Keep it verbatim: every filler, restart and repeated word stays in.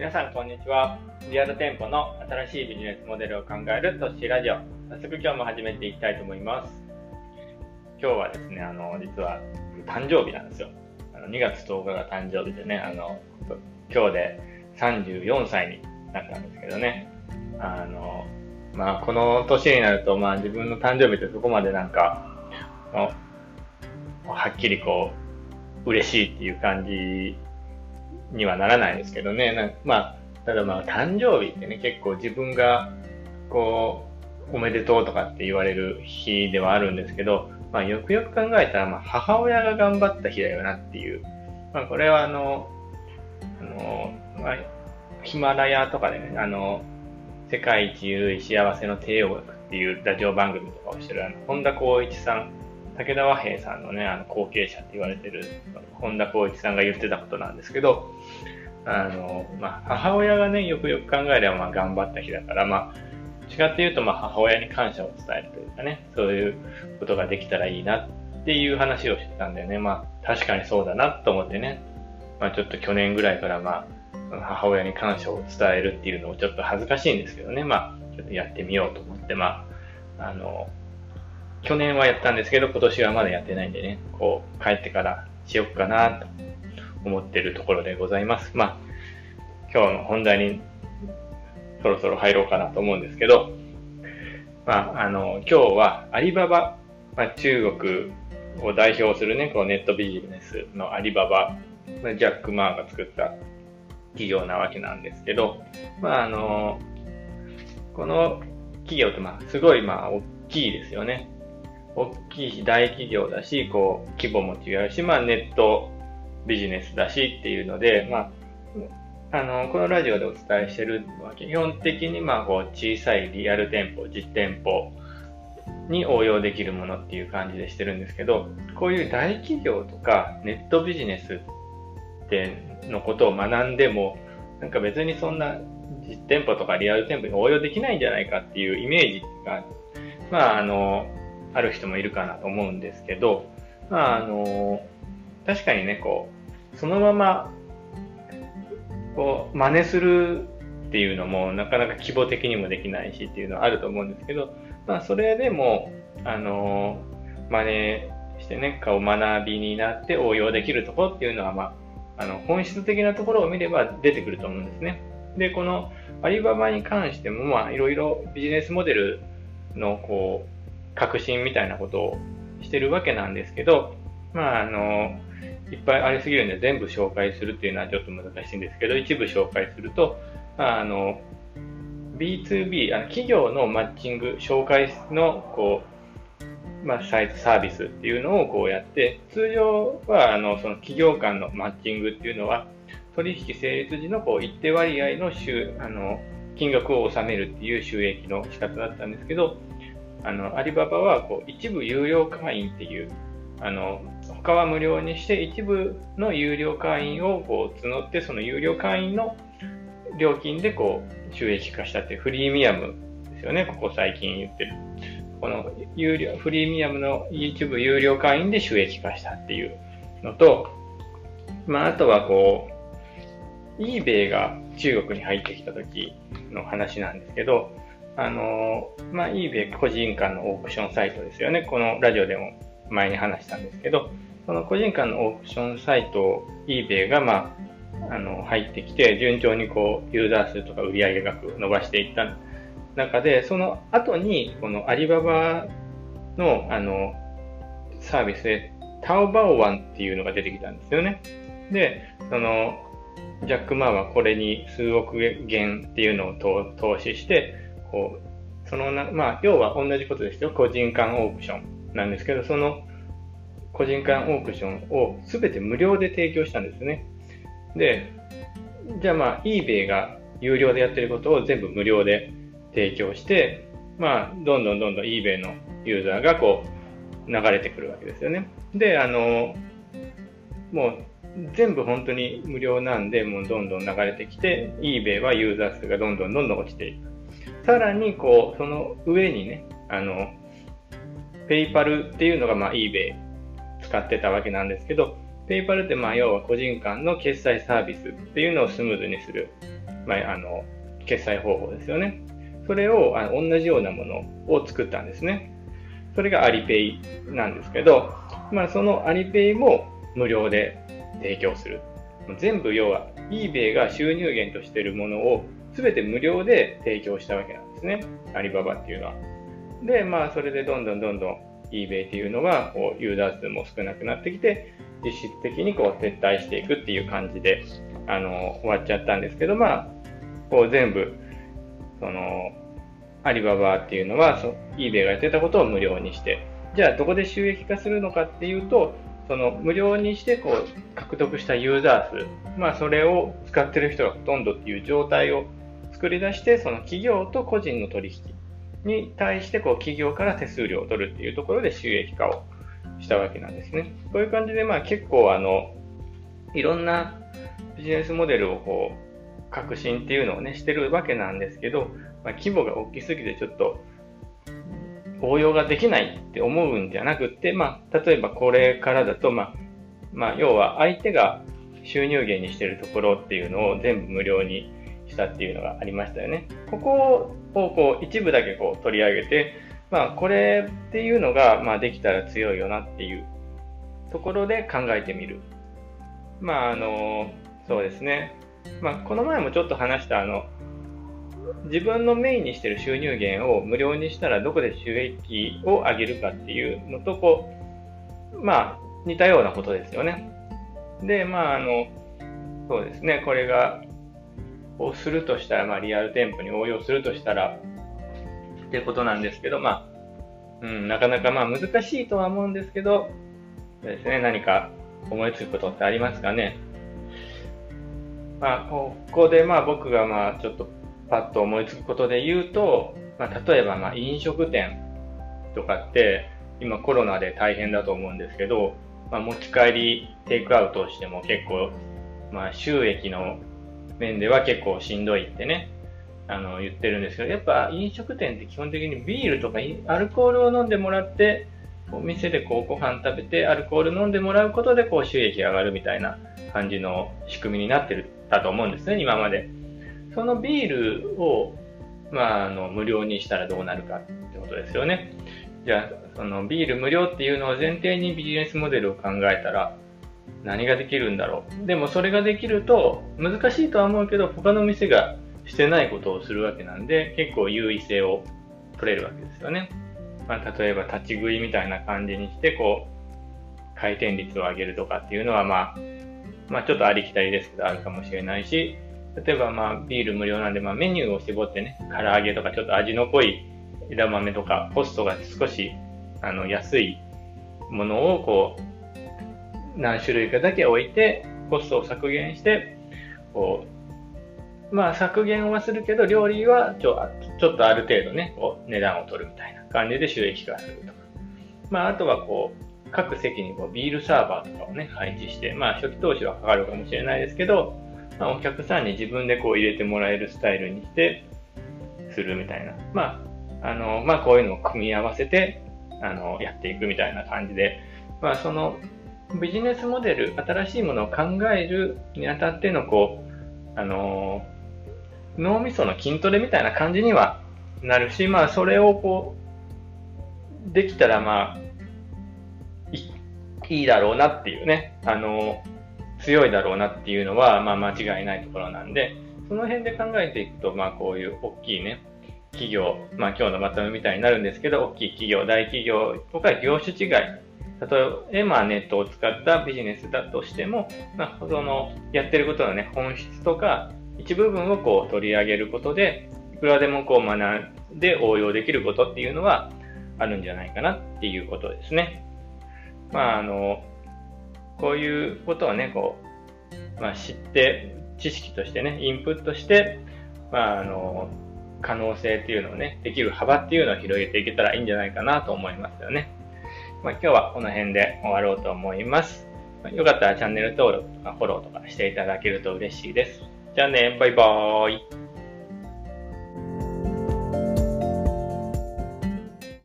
皆さんこんにちは。リアル店舗の新しいビジネスモデルを考えるトッシーラジオ。早速今日も始めていきたいと思います。今日はですね、あの、実は誕生日なんですよ。あのにがつとおかが誕生日でね、あの、今日でさんじゅうよんさいになったんですけどね。あの、まあ、この年になると、まあ自分の誕生日ってそこまでなんか、はっきりこう、嬉しいっていう感じにはならないですけどね。なんかまあ、ただまあ、誕生日ってね、結構自分が、こう、おめでとうとかって言われる日ではあるんですけど、まあ、よくよく考えたら、まあ、母親が頑張った日だよなっていう。まあ、これはあの、あの、まあ、ヒマラヤとかでね、あの、世界一ゆるい幸せの帝王学っていうラジオ番組とかをしてる、あの、本田光一さん、武田和平さんのね、あの後継者って言われてる本田光一さんが言ってたことなんですけど、あの、まあ、母親がね、よくよく考えれば、まあ、頑張った日だから、まあ、違って言うと、まあ、母親に感謝を伝えるというかね、そういうことができたらいいなっていう話をしてたんだよね。まあ、確かにそうだなと思ってね、まあ、ちょっと去年ぐらいから、まあ、母親に感謝を伝えるっていうのもちょっと恥ずかしいんですけどね、まあ、ちょっとやってみようと思って、まあ、あの、去年はやったんですけど、今年はまだやってないんでね、こう、帰ってからしよっかなと思ってるところでございます。まあ、今日の本題にそろそろ入ろうかなと思うんですけど、まあ、あの、今日はアリババ、まあ、中国を代表するね、こうネットビジネスのアリババ、ジャック・マーが作った企業なわけなんですけど、まあ、あの、この企業って、まあ、すごい、まあ、大きいですよね。大きいし、大企業だし、こう、規模も違うし、まあ、ネットビジネスだしっていうので、まあ、あの、このラジオでお伝えしてるのは、基本的に、まあ、こう、小さいリアル店舗、実店舗に応用できるものっていう感じでしてるんですけど、こういう大企業とか、ネットビジネスってのことを学んでも、なんか別にそんな実店舗とかリアル店舗に応用できないんじゃないかっていうイメージが、まあ、あの、ある人もいるかなと思うんですけど、まあ、あの、確かにね、こう、そのまま、こう、真似するっていうのも、なかなか規模的にもできないしっていうのはあると思うんですけど、まあ、それでも、あの、真似してね、こう学びになって応用できるところっていうのは、まあ、あの、本質的なところを見れば出てくると思うんですね。で、このアリババに関しても、まあ、いろいろビジネスモデルの、こう、革新みたいなことをしてるわけなんですけど、まあ、あの、いっぱいありすぎるんで全部紹介するっていうのはちょっと難しいんですけど、一部紹介すると、まあ、あの、ビーツービー、あの企業のマッチング、紹介の、こう、まあ、サイト、サービスっていうのをこうやって、通常は、あの、その企業間のマッチングっていうのは、取引成立時のこう一定割合の収、あの、金額を納めるっていう収益の仕方だったんですけど、あの、アリババは、こう、一部有料会員っていう、あの、他は無料にして、一部の有料会員を、こう、募って、その有料会員の料金で、こう、収益化したっていうフリーミアムですよね、ここ最近言ってる。この、有料、フリーミアムの一部有料会員で収益化したっていうのと、まあ、あとは、こう、eBay が中国に入ってきた時の話なんですけど、あの、まあ、eBay 個人間のオークションサイトですよね。このラジオでも前に話したんですけど、その個人間のオークションサイト eBay が、まあ、あの、入ってきて、順調にこう、ユーザー数とか売上額を伸ばしていった中で、その後に、このアリババの、あの、サービスで、タオバオワンっていうのが出てきたんですよね。で、その、ジャック・マーはこれに数億元っていうのを投資して、こう、そのな、まあ、要は同じことですよ。個人間オークションなんですけど、その個人間オークションをすべて無料で提供したんですね。で、じゃあまあ、eBay が有料でやってることを全部無料で提供して、まあ、どんどんどんどん eBay のユーザーがこう、流れてくるわけですよね。で、あの、もう、全部本当に無料なんで、もうどんどん流れてきて、eBay はユーザー数がどんどんどんどん落ちていく。さらに、こう、その上にね、あの、ペイパルっていうのが、まあ、eBay 使ってたわけなんですけど、 ペイパルってまあ要は個人間の決済サービスっていうのをスムーズにする、まあ、あの決済方法ですよね。それをあの同じようなものを作ったんですね。それがアリペイなんですけど、まあ、そのアリペイも無料で提供する。全部要は eBay が収入源としているものを全て無料で提供したわけなんですね。アリババっていうのは。で、まあそれでどんどんどんどん eBay っていうのがこうユーザー数も少なくなってきて、実質的にこう撤退していくっていう感じであの終わっちゃったんですけど、まあこう全部そのアリババっていうのはそ eBay がやってたことを無料にして、じゃあどこで収益化するのかっていうと、その無料にしてこう獲得したユーザー数、まあそれを使ってる人がほとんどっていう状態を作り出して、その企業と個人の取引に対してこう企業から手数料を取るっていうところで収益化をしたわけなんですね。こういう感じでまあ結構あのいろんなビジネスモデルをこう革新っていうのをねしてるわけなんですけど、まあ、規模が大きすぎてちょっと応用ができないって思うんじゃなくて、まあ、例えばこれからだと、まあ、まあ、要は相手が収入源にしているところっていうのを全部無料にしたっていうのがありましたよね。ここをこう一部だけこう取り上げて、まあ、これっていうのが、まあ、できたら強いよなっていうところで考えてみる。まあ、あの、そうですね。まあ、この前もちょっと話したあの、自分のメインにしている収入源を無料にしたらどこで収益を上げるかっていうのとこう、まあ似たようなことですよね。で、まああの、そうですね、これが、をするとしたら、まあリアル店舗に応用するとしたら、ってことなんですけど、まあ、うん、なかなかまあ難しいとは思うんですけど、そうですね、何か思いつくことってありますかね。まあ、ここでまあ僕がまあちょっとパッと思いつくことで言うと、まあ、例えばまあ飲食店とかって今コロナで大変だと思うんですけど、まあ、持ち帰りテイクアウトをしても結構、まあ、収益の面では結構しんどいってね、あの言ってるんですけど、やっぱ飲食店って基本的にビールとかアルコールを飲んでもらって、お店でこうご飯食べてアルコール飲んでもらうことでこう収益が上がるみたいな感じの仕組みになってるだと思うんですね、今まで。そのビールを、まあ、あの無料にしたらどうなるかってことですよね。じゃあそのビール無料っていうのを前提にビジネスモデルを考えたら何ができるんだろう。でもそれができると難しいとは思うけど、他の店がしてないことをするわけなんで結構優位性を取れるわけですよね。まあ、例えば立ち食いみたいな感じにしてこう回転率を上げるとかっていうのは、まあ、まあちょっとありきたりですけどあるかもしれないし、例えばまあビール無料なんで、まあメニューを絞ってね、唐揚げとかちょっと味の濃い枝豆とかコストが少しあの安いものをこう何種類かだけ置いてコストを削減して、こうまあ削減はするけど料理はちょ、ちょっとある程度ね、こう値段を取るみたいな感じで収益化するとか。まああとはこう各席にこうビールサーバーとかをね配置して、まあ初期投資はかかるかもしれないですけど、まあ、お客さんに自分でこう入れてもらえるスタイルにしてするみたいな、まああのまあ、こういうのを組み合わせてあのやっていくみたいな感じで、まあ、そのビジネスモデル、新しいものを考えるにあたってのこうあの脳みその筋トレみたいな感じにはなるし、まあ、それをこうできたらまあ い, いいだろうなっていうね、あの強いだろうなっていうのは、まあ、間違いないところなんで、その辺で考えていくと、まあ、こういう大きいね、企業、まあ、今日のまとめみたいになるんですけど、大きい企業、大企業とか業種違い、例えば、まあ、ネットを使ったビジネスだとしても、まあ、そのやってることのね、本質とか、一部分をこう取り上げることで、いくらでもこう学んで応用できることっていうのはあるんじゃないかなっていうことですね。まあ、あの、こういうことをね、こう、まあ、知って、知識としてね、インプットして、まあ、あの、可能性っていうのをね、できる幅っていうのを広げていけたらいいんじゃないかなと思いますよね。まあ、今日はこの辺で終わろうと思います。よかったらチャンネル登録とかフォローとかしていただけると嬉しいです。じゃあね、バイバーイ。